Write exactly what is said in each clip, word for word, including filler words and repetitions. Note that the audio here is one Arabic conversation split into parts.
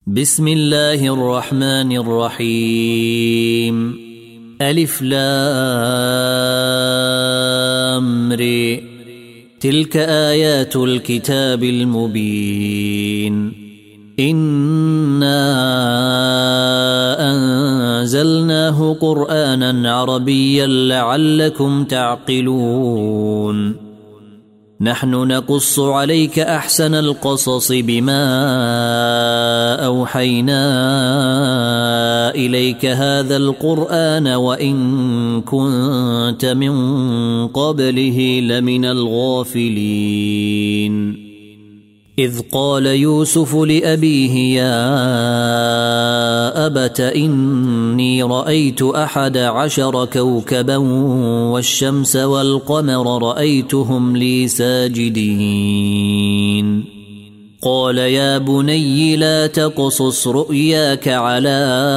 بسم الله الرحمن الرحيم. ألف لام ر. تلك آيات الكتاب المبين. إنا أنزلناه قرآنا عربيا لعلكم تعقلون. نحن نقص عليك أحسن القصص بما أوحينا إليك هذا القرآن وإن كنت من قبله لمن الغافلين. إذ قال يوسف لأبيه يا أبت إني رأيت أحد عشر كوكبا والشمس والقمر رأيتهم لي ساجدين. قال يا بني لا تقصص رؤياك على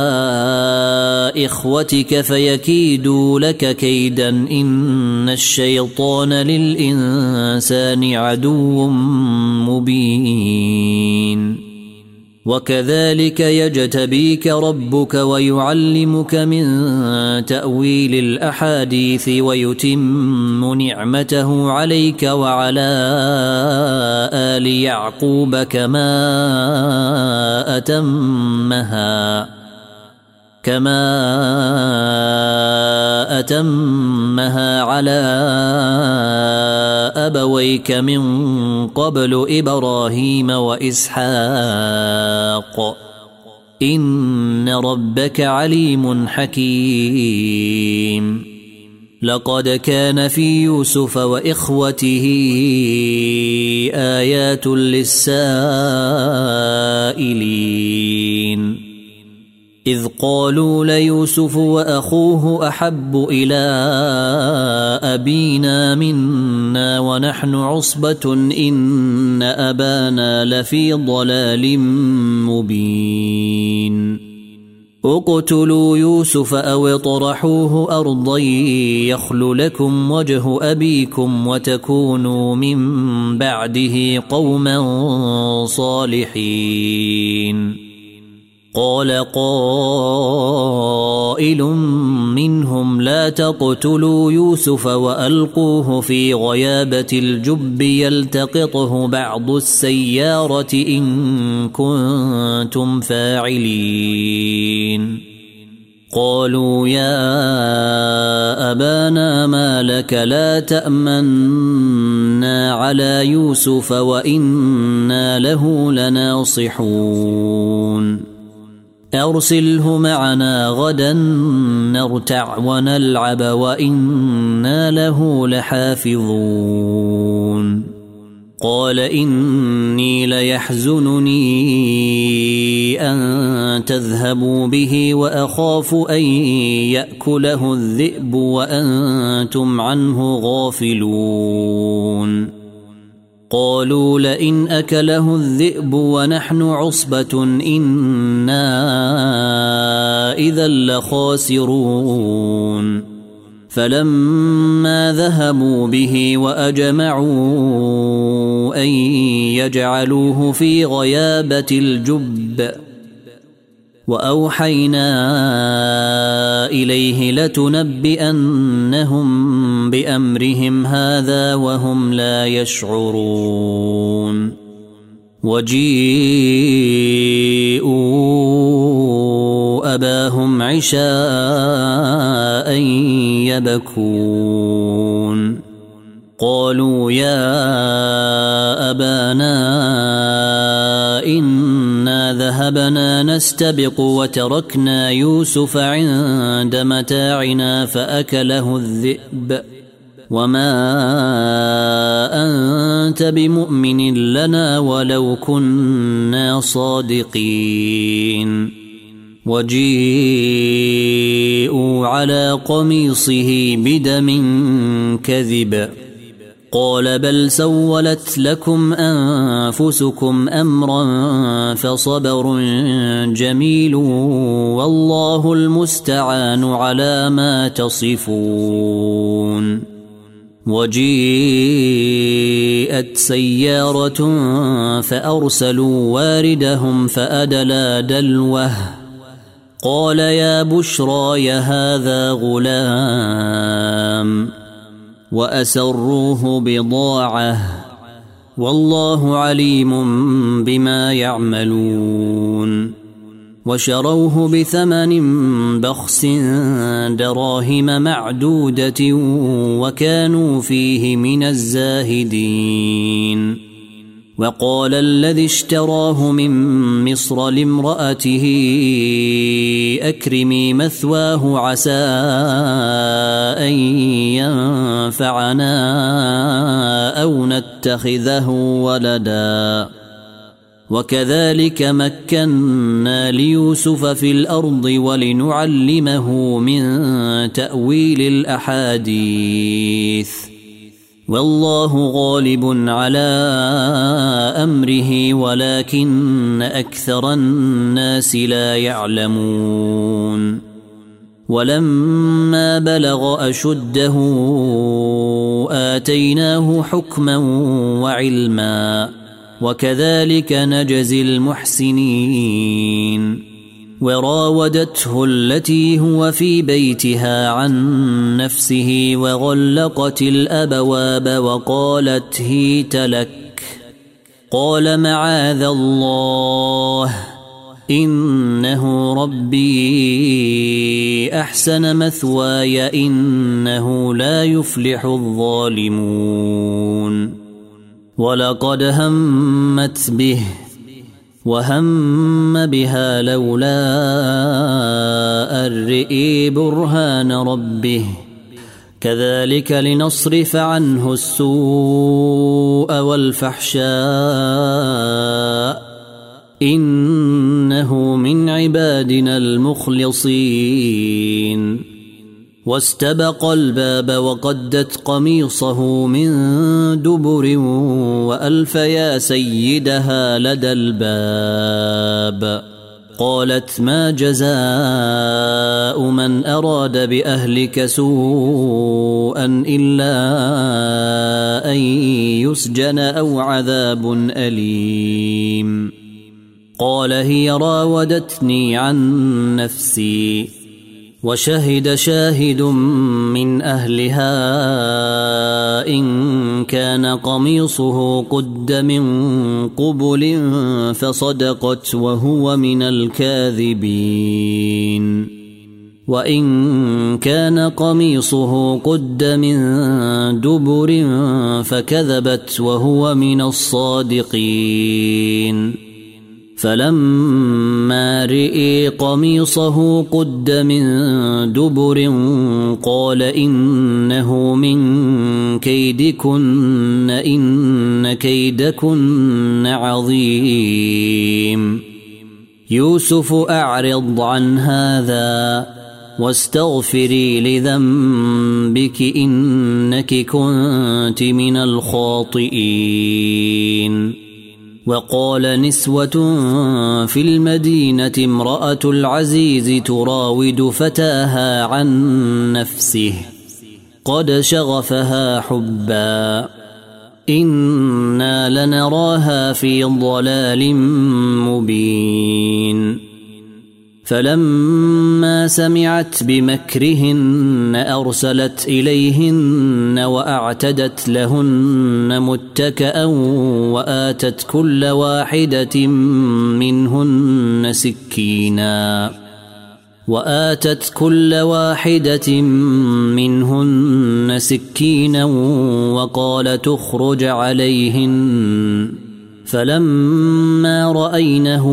إخوتك فيكيدوا لك كيدا إن الشيطان للإنسان عدو مبين. وكذلك يجتبيك ربك ويعلمك من تأويل الأحاديث ويتم نعمته عليك وعلى آل يعقوب كما أتمها كما أتمها على أبويك من قبل إبراهيم وإسحاق إن ربك عليم حكيم. لقد كان في يوسف وإخوته آيات للسائلين إذ قالوا ليوسف وأخوه أحب إلى أبينا منا ونحن عصبة إن أبانا لفي ضلال مبين. اقتلوا يوسف أو اطرحوه أرضا يخل لكم وجه أبيكم وتكونوا من بعده قوما صالحين. قال قائل منهم لا تقتلوا يوسف وألقوه في غيابة الجب يلتقطه بعض السيارة إن كنتم فاعلين. قالوا يا أبانا ما لك لا تأمنا على يوسف وإنا له لناصحون. أرسله معنا غدا نرتع ونلعب وإنا له لحافظون. قال إني ليحزنني أن تذهبوا به وأخاف أن يأكله الذئب وأنتم عنه غافلون. قالوا لئن أكله الذئب ونحن عصبة إنا إذا لخاسرون. فلما ذهبوا به وأجمعوا أن يجعلوه في غيابة الجب وأوحينا إليه لتنبئنهم بأمرهم هذا وهم لا يشعرون. وجيءوا أباهم عشاء يبكون. قالوا يا أبانا إنا ذهبنا نستبق وتركنا يوسف عند متاعنا فأكله الذئب وما أنت بمؤمن لنا ولو كنا صادقين. وجيءوا على قميصه بدم كذب. قال بل سولت لكم أنفسكم أمرا فصبر جميل والله المستعان على ما تصفون. وجيءت سيارة فأرسلوا واردهم فأدلى دلوه قال يا بشرى هذا غلام وأسروه بضاعة والله عليم بما يعملون وشروه بثمن بخس دراهم معدودة وكانوا فيه من الزاهدين وقال الذي اشتراه من مصر لامرأته أكرمي مثواه عسى أن ينفعنا أو نتخذه ولدا وكذلك مكنا ليوسف في الأرض ولنعلمه من تأويل الأحاديث والله غالب على أمره ولكن أكثر الناس لا يعلمون ولما بلغ أشده آتيناه حكما وعلما وكذلك نجزي المحسنين وراودته التي هو في بيتها عن نفسه وغلقت الأبواب وقالت هيت لك قال معاذ الله إنه ربي أحسن مثواي إنه لا يفلح الظالمون ولقد همت به وهم بها لولا أن رئي برهان ربه كذلك لنصرف عنه السوء والفحشاء إنه من عبادنا المخلصين واستبق الباب وقدت قميصه من دبر وألف يا سيدها لدى الباب قالت ما جزاء من أراد بأهلك سوءا إلا أن يسجن أو عذاب أليم قال هي راودتني عن نفسي وشهد شاهد من أهلها إن كان قميصه قد من قبل فصدقت وهو من الكاذبين وإن كان قميصه قد من دبر فكذبت وهو من الصادقين فلما رئي قميصه قد من دبر قال إنه من كيدكن إن كيدكن عظيم يوسف أعرض عن هذا واستغفري لذنبك إنك كنت من الخاطئين وقال نسوة في المدينة امرأة العزيز تراود فتاها عن نفسه قد شغفها حبا إنا لنراها في ضلال مبين فلما سمعت بمكرهن أرسلت إليهن وأعتدت لهن متكأ وآتت كل واحدة منهن سكينا وآتت كل واحدة منهن سكينا وقال تخرج عليهن فلما رأينه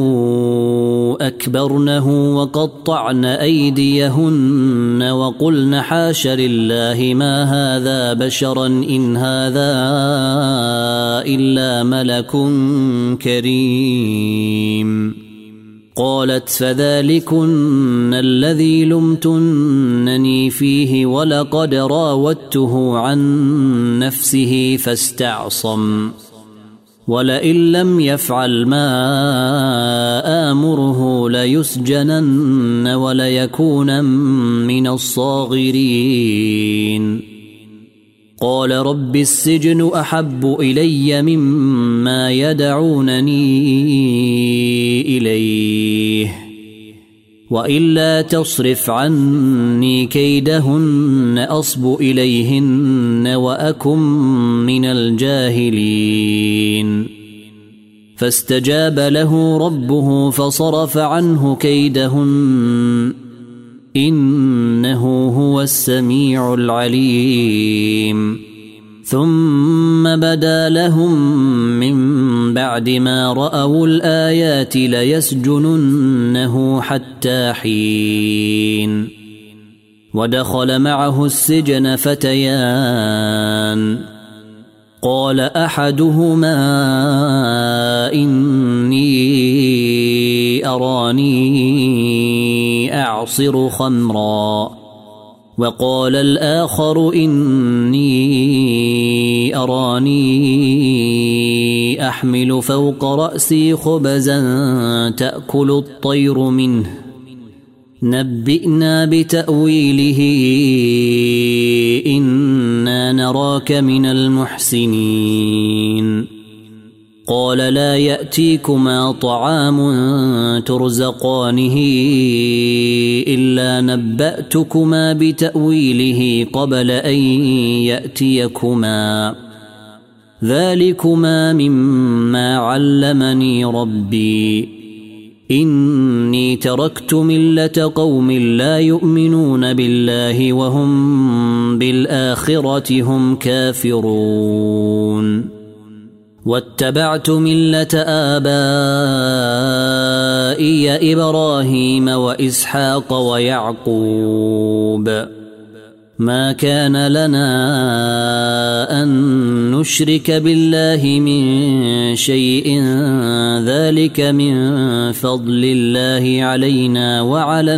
أكبرنه وقطعن أيديهن وقلن حاش لله ما هذا بشرا إن هذا إلا ملك كريم قالت فذلكن الذي لمتنني فيه ولقد راودته عن نفسه فاستعصم ولئن لم يفعل ما آمره ليسجنن وليكون من الصاغرين قال رب السجن أحب إلي مما يدعونني إليه وإلا تصرف عني كيدهن أصب إليهن وأكن من الجاهلين فاستجاب له ربه فصرف عنه كيدهن إنه هو السميع العليم ثم بدا لهم من بعد ما رأوا الآيات ليسجننه حتى حين ودخل معه السجن فتيان قال أحدهما إني أراني أعصر خمرا وقال الآخر إني أراني أحمل فوق رأسي خبزا تأكل الطير منه نبئنا بتأويله إنا نراك من المحسنين قال لا يأتيكما طعام ترزقانه إلا نبأتكما بتأويله قبل أن يأتيكما ذلكما مما علمني ربي إني تركت ملة قوم لا يؤمنون بالله وهم بالآخرة هم كافرون واتبعت ملة آبائي إبراهيم وإسحاق ويعقوب ما كان لنا أن نشرك بالله من شيء ذلك من فضل الله علينا وعلى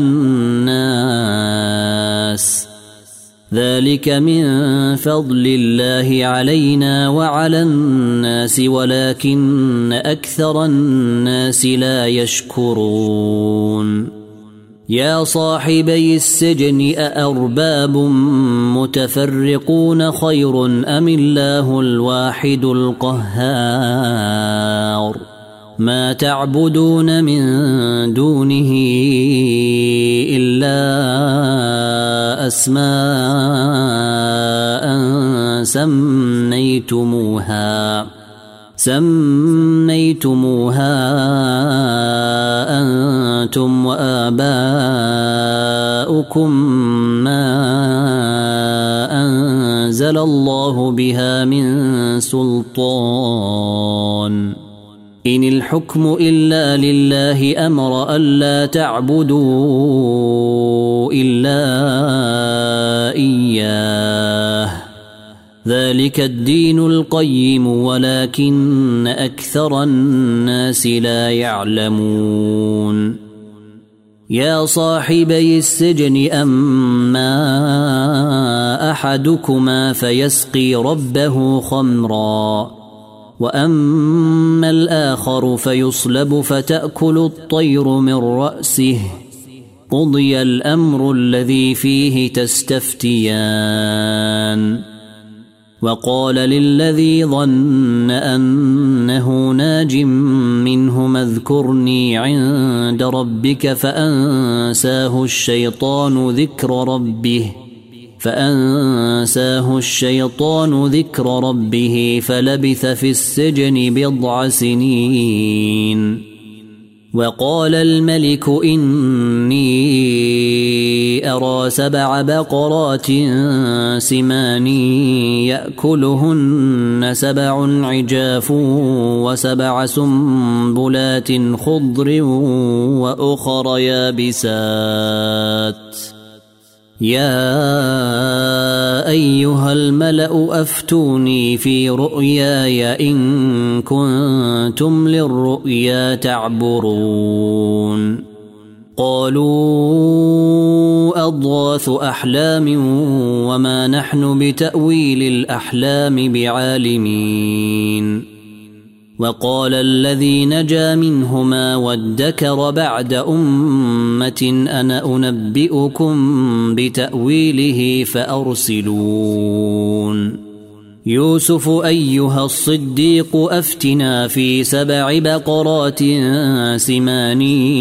الناس ذلك من فضل الله علينا وعلى الناس ولكن أكثر الناس لا يشكرون يا صاحبي السجن أأرباب متفرقون خير أم الله الواحد القهار ما تعبدون من دونه إلا أسماء سميتموها سميتموها أنتم وآباؤكم ما أنزل الله بها من سلطان إن الحكم إلا لله أمر ألا تعبدوا إلا إياه ذلك الدين القيم ولكن أكثر الناس لا يعلمون يا صاحبي السجن أما أحدكما فيسقي ربه خمرا وأما الآخر فيصلب فتأكل الطير من رأسه قضي الأمر الذي فيه تستفتيان وقال للذي ظن أنه ناج منهما اذكرني عند ربك فأنساه الشيطان ذكر ربه فأنساه الشيطان ذكر ربه فلبث في السجن بضع سنين وقال الملك إني أرى سبع بقرات سمان يأكلهن سبع عجاف وسبع سنبلات خضر وأخر يابسات يا أيها الملأ أفتوني في رؤياي إن كنتم للرؤيا تعبرون قالوا أضغاث أحلام وما نحن بتأويل الأحلام بعالمين وقال الذي نجا منهما وادكر بعد أمة أنا أنبئكم بتأويله فأرسلون يوسف أيها الصديق أفتنا في سبع بقرات سمان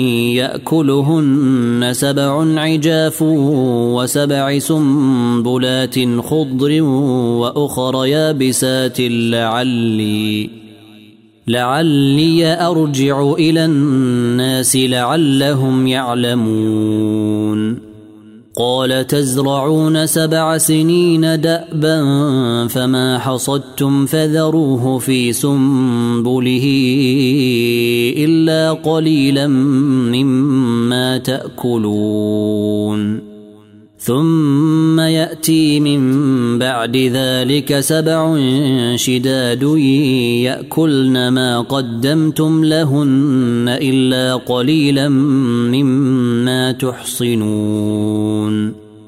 يأكلهن سبع عجاف وسبع سنبلات خضر وأخر يابسات لعلي لعلي أرجع إلى الناس لعلهم يعلمون قال تزرعون سبع سنين دأبا فما حصدتم فذروه في سنبله إلا قليلا مما تأكلون ثم يأتي من بعد ذلك سبع شداد يأكلن ما قدمتم لهن إلا قليلا مما تحصنون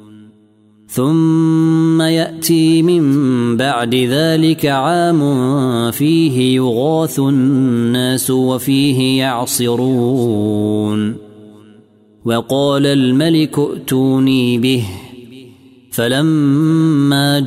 ثم يأتي من بعد ذلك عام فيه يغاث الناس وفيه يعصرون وقال الملك ائتوني به فلما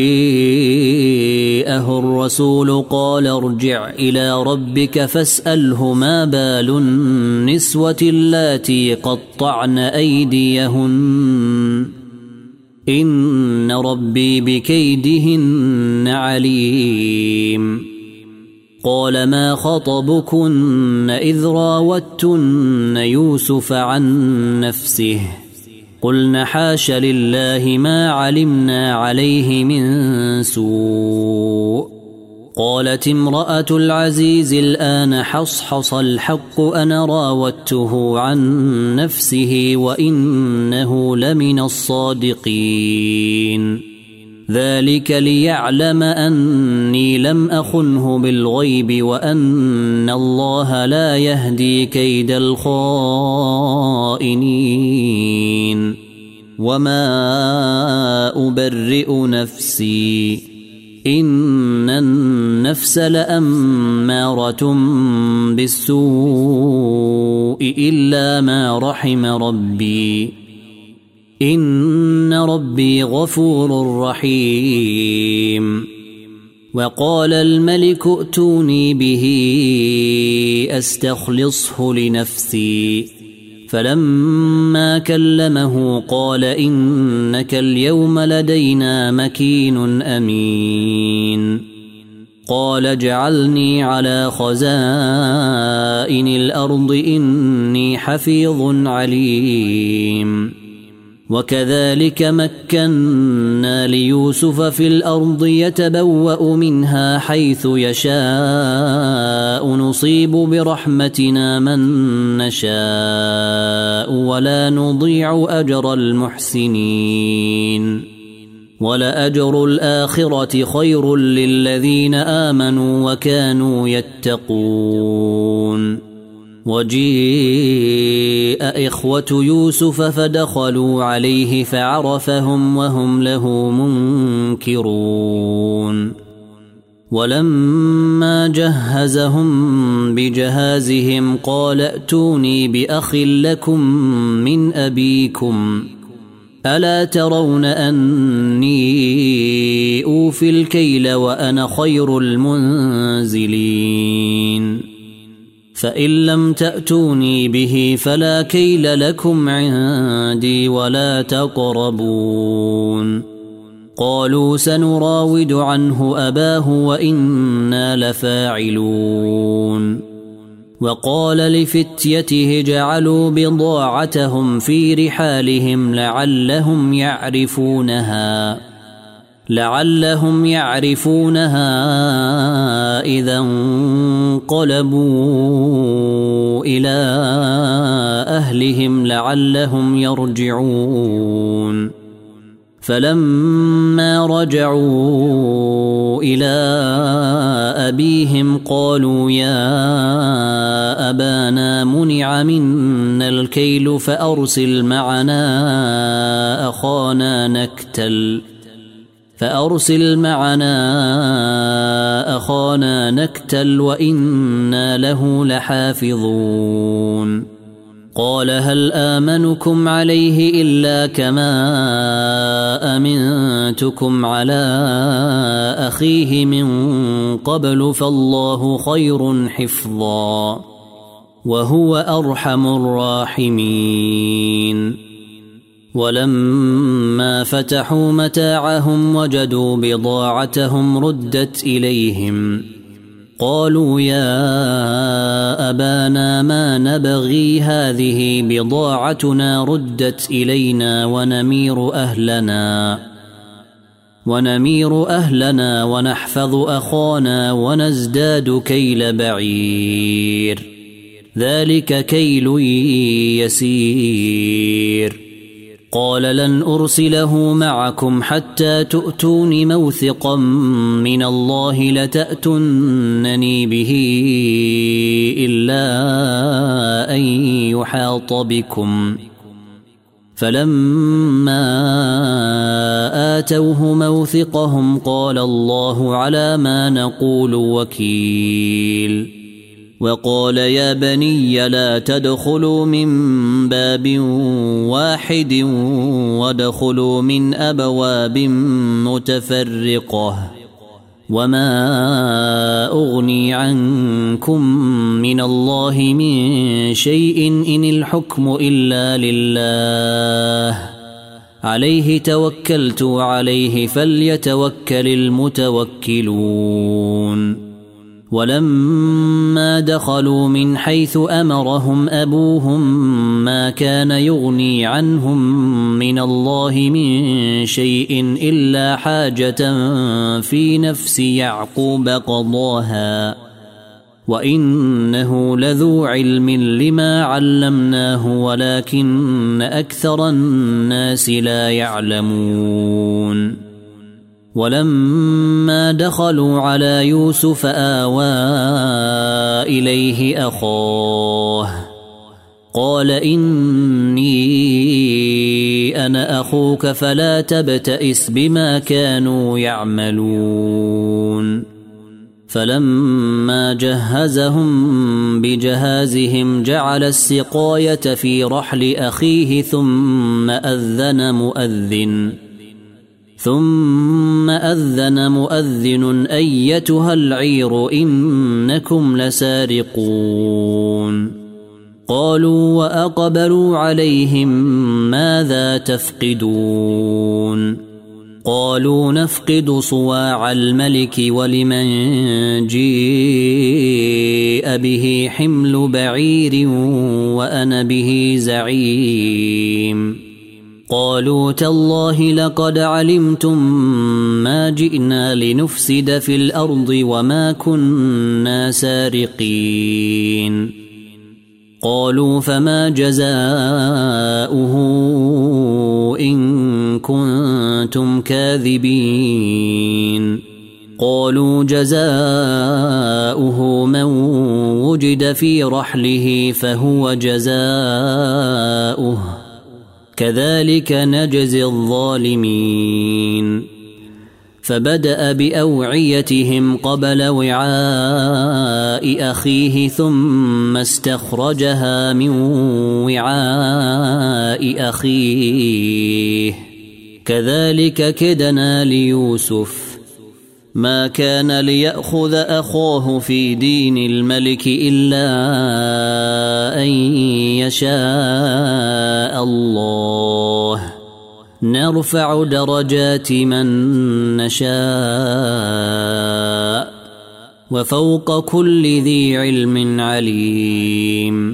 جاءه الرسول قال ارجع إلى ربك فاسأله ما بال النسوة اللاتي قطعن أيديهن إن ربي بكيدهن عليم قال ما خطبكن إذ راوتن يوسف عن نفسه قلن حاش لله ما علمنا عليه من سوء قالت امرأة العزيز الآن حصحص الحق أنا راودته عن نفسه وإنه لمن الصادقين ذلك ليعلم أني لم أخنه بالغيب وأن الله لا يهدي كيد الخائنين وما أبرئ نفسي إن النفس لأمارة بالسوء إلا ما رحم ربي إن ربي غفور رحيم وقال الملك ائتوني به أستخلصه لنفسي فلما كلمه قال إنك اليوم لدينا مكين أمين قال اجعلني على خزائن الأرض إني حفيظ عليم وكذلك مكنا ليوسف في الأرض يتبوأ منها حيث يشاء نصيب برحمتنا من نشاء ولا نضيع أجر المحسنين ولأجر الآخرة خير للذين آمنوا وكانوا يتقون وجيء إخوة يوسف فدخلوا عليه فعرفهم وهم له منكرون ولما جهزهم بجهازهم قال ائتوني بأخ لكم من أبيكم ألا ترون أني أوفي الكيل وأنا خير المنزلين فإن لم تأتوني به فلا كيل لكم عندي ولا تقربون قالوا سنراود عنه أباه وإنا لفاعلون وقال لفتيته جعلوا بضاعتهم في رحالهم لعلهم يعرفونها لعلهم يعرفونها إذا انقلبوا إلى أهلهم لعلهم يرجعون فلما رجعوا إلى أبيهم قالوا يا أبانا منع منا الكيل فأرسل معنا أخانا نكتل فأرسل معنا أخانا نكتل وإنا له لحافظون قال هل آمنكم عليه إلا كما أمنتكم على أخيه من قبل فالله خير حفظا وهو أرحم الراحمين. ولما فتحوا متاعهم وجدوا بضاعتهم ردت إليهم قالوا يا أبانا ما نبغي هذه بضاعتنا ردت إلينا ونمير أهلنا ونمير أهلنا ونحفظ أخانا ونزداد كيل بعير ذلك كيل يسير. قال لن أرسله معكم حتى تؤتون موثقا من الله لتأتونني به إلا أن يحاط بكم. فلما آتوه موثقهم قال الله على ما نقول وكيل. وقال يا بني لا تدخلوا من باب واحد وادخلوا من أبواب متفرقة وما أغني عنكم من الله من شيء إن الحكم إلا لله عليه توكلت عليه فليتوكل المتوكلون. ولما دخلوا من حيث أمرهم أبوهم ما كان يغني عنهم من الله من شيء إلا حاجة في نفس يعقوب قضاها وإنه لذو علم لما علمناه ولكن أكثر الناس لا يعلمون. ولما دخلوا على يوسف آوى إليه أخاه قال إني أنا أخوك فلا تبتئس بما كانوا يعملون. فلما جهزهم بجهازهم جعل السقاية في رحل أخيه ثم أذن مؤذن ثم أذن مؤذن أيتها العير إنكم لسارقون. قالوا وأقبلوا عليهم ماذا تفقدون؟ قالوا نفقد صواع الملك ولمن جيء به حمل بعير وأنا به زعيم. قالوا تالله لقد علمتم ما جئنا لنفسد في الأرض وما كنا سارقين. قالوا فما جزاؤه إن كنتم كاذبين؟ قالوا جزاؤه من وجد في رحله فهو جزاؤه كذلك نجزي الظالمين. فبدأ بأوعيتهم قبل وعاء أخيه ثم استخرجها من وعاء أخيه كذلك كدنا ليوسف ما كان ليأخذ أخاه في دين الملك إلا أن يشاء الله نرفع درجات من نشاء وفوق كل ذي علم عليم.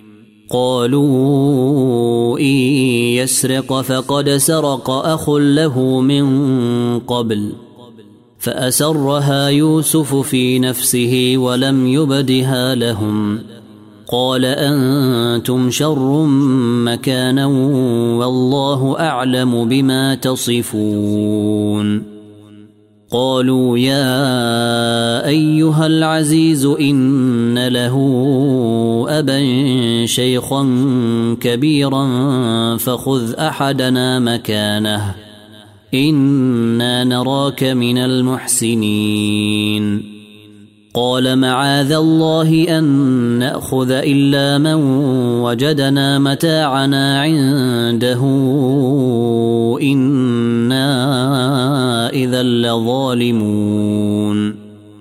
قالوا إن يسرق فقد سرق أخ له من قبل فأسرها يوسف في نفسه ولم يبدها لهم. قال أنتم شر مكانا والله أعلم بما تصفون. قالوا يا أيها العزيز إن له أبا شيخا كبيرا فخذ أحدنا مكانه إنا نراك من المحسنين. قال معاذ الله أن نأخذ إلا من وجدنا متاعنا عنده إنا إذا لظالمون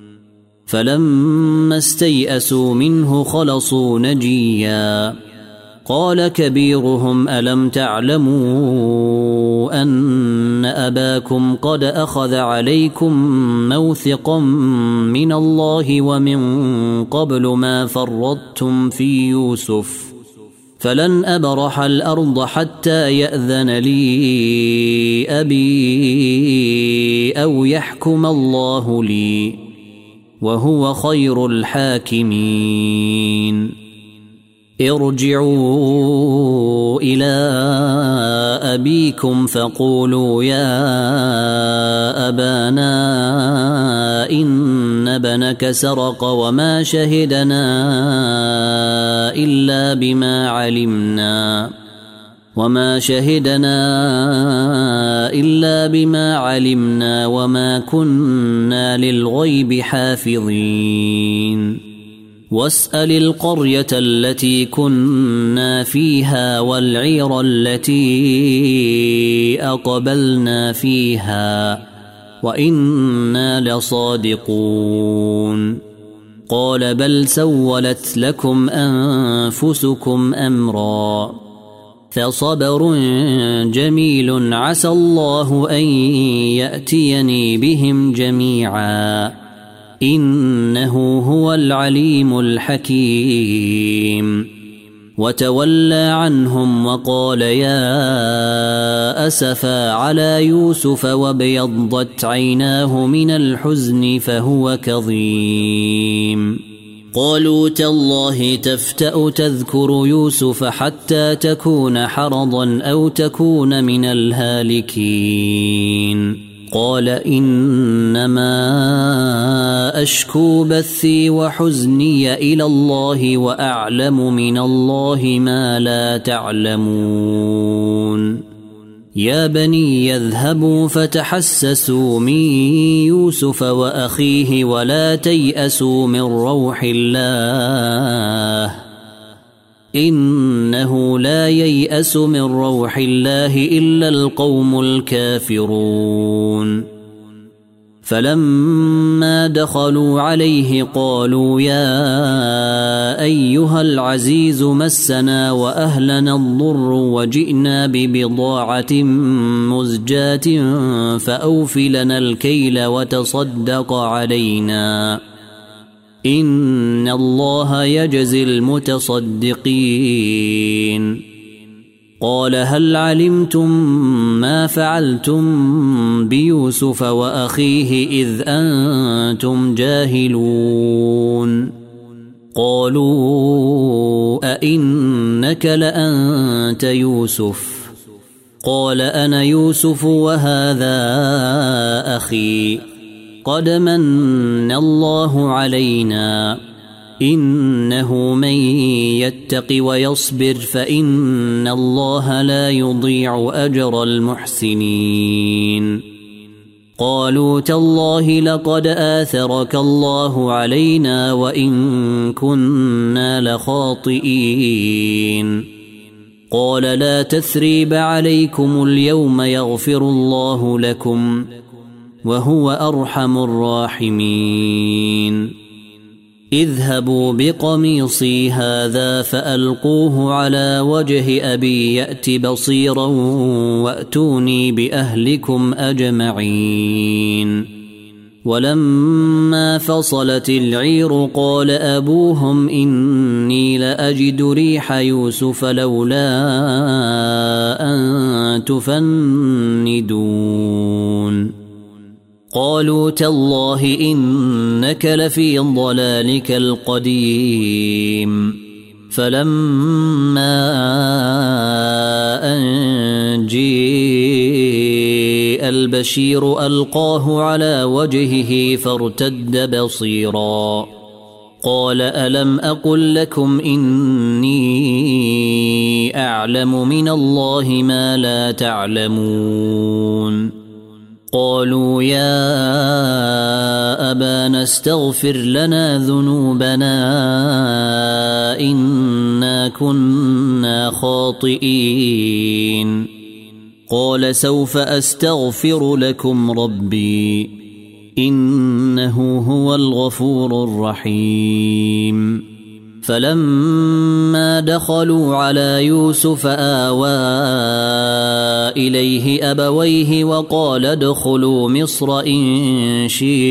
فلما استيئسوا منه خلصوا نجيا قال كبيرهم ألم تعلموا أن أباكم قد أخذ عليكم موثقا من الله ومن قبل ما فرطتم في يوسف فلن أبرح الأرض حتى يأذن لي أبي أو يحكم الله لي وهو خير الحاكمين ارجعوا إلى أبيكم فقولوا يا أبانا إن ابنك سرق وما شهدنا إلا بما علمنا وما شهدنا إلا بما علمنا وما كنا للغيب حافظين واسأل القرية التي كنا فيها والعير التي أقبلنا فيها وإنا لصادقون قال بل سولت لكم أنفسكم أمرا فصبر جميل عسى الله أن يأتيني بهم جميعا إنه هو العليم الحكيم وتولى عنهم وقال يا أسفا على يوسف وابيضت عيناه من الحزن فهو كظيم قالوا تالله تفتأ تذكر يوسف حتى تكون حرضا أو تكون من الهالكين قال إنما أشكو بثي وحزني إلى الله وأعلم من الله ما لا تعلمون يا بني يذهبوا فتحسسوا من يوسف وأخيه ولا تيأسوا من روح الله إنه لا ييأس من روح الله إلا القوم الكافرون فلما دخلوا عليه قالوا يا أيها العزيز مسنا وأهلنا الضر وجئنا ببضاعة مزجاة فأوف لنا الكيل وتصدق علينا إن الله يجزي المتصدقين قال هل علمتم ما فعلتم بيوسف وأخيه إذ أنتم جاهلون قالوا أئنك لأنت يوسف قال أنا يوسف وهذا أخي قد من الله علينا إنه من يتق ويصبر فإن الله لا يضيع أجر المحسنين قالوا تالله لقد آثرك الله علينا وإن كنا لخاطئين قال لا تثريب عليكم اليوم يغفر الله لكم وهو أرحم الراحمين اذهبوا بقميصي هذا فألقوه على وجه أبي يأت بصيرا وأتوني بأهلكم أجمعين ولما فصلت العير قال أبوهم إني لأجد ريح يوسف لولا أن تفندون قالوا تالله إنك لفي ضلالك القديم فلما أن جيء البشير ألقاه على وجهه فارتد بصيرا قال ألم أقل لكم إني أعلم من الله ما لا تعلمون قالوا يا أبانا استغفر لنا ذنوبنا إنا كنا خاطئين قال سوف أستغفر لكم ربي إنه هو الغفور الرحيم فلما دخلوا على يوسف آوى إليه أبويه وقال ادخلوا مصر إن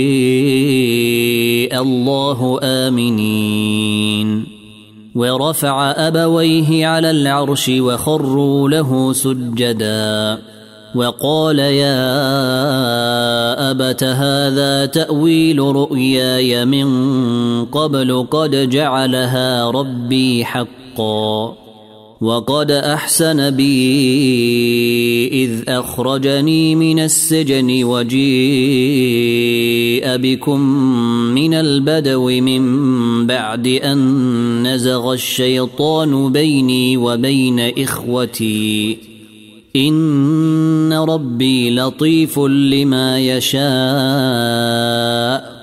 شاء الله آمنين ورفع أبويه على العرش وخروا له سجدا وقال يا أبت هذا تأويل رؤياي من قبل قد جعلها ربي حقا وقد أحسن بي إذ أخرجني من السجن وجيء بكم من البدو من بعد أن نزغ الشيطان بيني وبين إخوتي إن ربي لطيف لما يشاء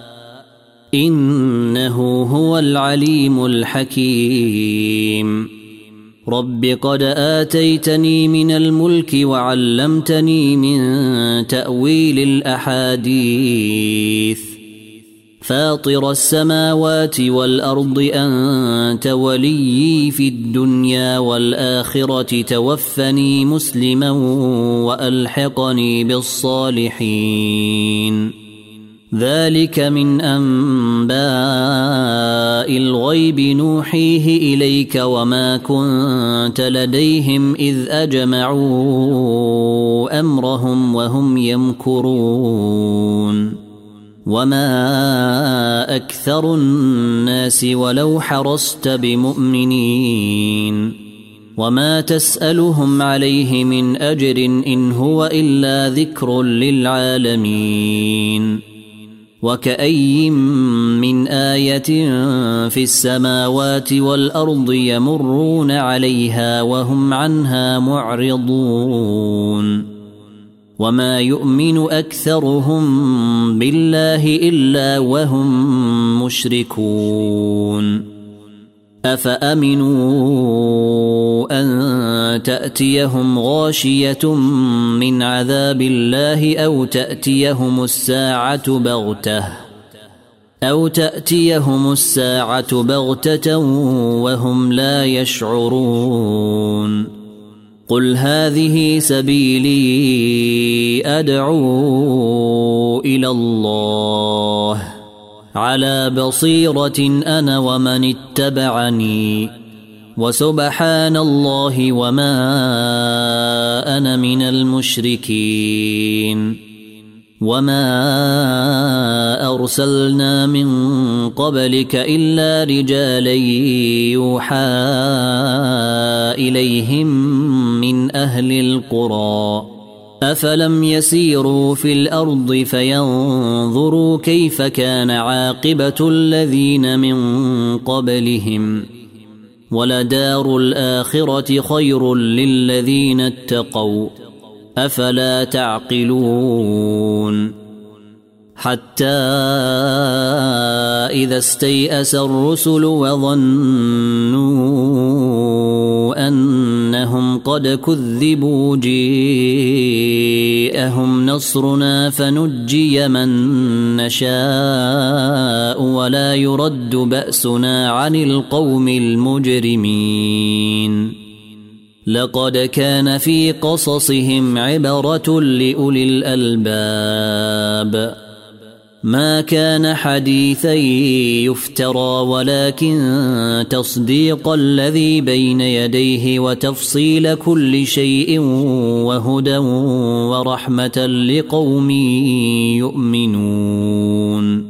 إنه هو العليم الحكيم رب قد آتيتني من الملك وعلمتني من تأويل الأحاديث فاطر السماوات والأرض أنت وليي في الدنيا والآخرة توفني مسلما وألحقني بالصالحين ذلك من أنباء الغيب نوحيه إليك وما كنت لديهم إذ أجمعوا أمرهم وهم يمكرون وما أكثر الناس ولو حرصت بمؤمنين وما تسألهم عليه من أجر إن هو إلا ذكر للعالمين وكأي من آية في السماوات والأرض يمرون عليها وهم عنها معرضون وما يؤمن أكثرهم بالله إلا وهم مشركون أفأمنوا أن تأتيهم غاشية من عذاب الله أو تأتيهم الساعة بغتة أو تأتيهم الساعة بغتة وهم لا يشعرون قل هذه سبيلي أدعو إلى الله على بصيرة أنا ومن اتبعني وسبحان الله وما أنا من المشركين وما أرسلنا من قبلك إلا رجالا يوحى إليهم من أهل القرى أفلم يسيروا في الأرض فينظروا كيف كان عاقبة الذين من قبلهم ولدار الآخرة خير للذين اتقوا أفلا تعقلون حتى إذا استيأس الرسل وظنوا أنهم قد كذبوا جاءهم نصرنا فنجي من نشاء ولا يرد بأسنا عن القوم المجرمين لقد كان في قصصهم عبرة لأولي الألباب ما كان حديثا يفترى ولكن تصديق الذي بين يديه وتفصيل كل شيء وهدى ورحمة لقوم يؤمنون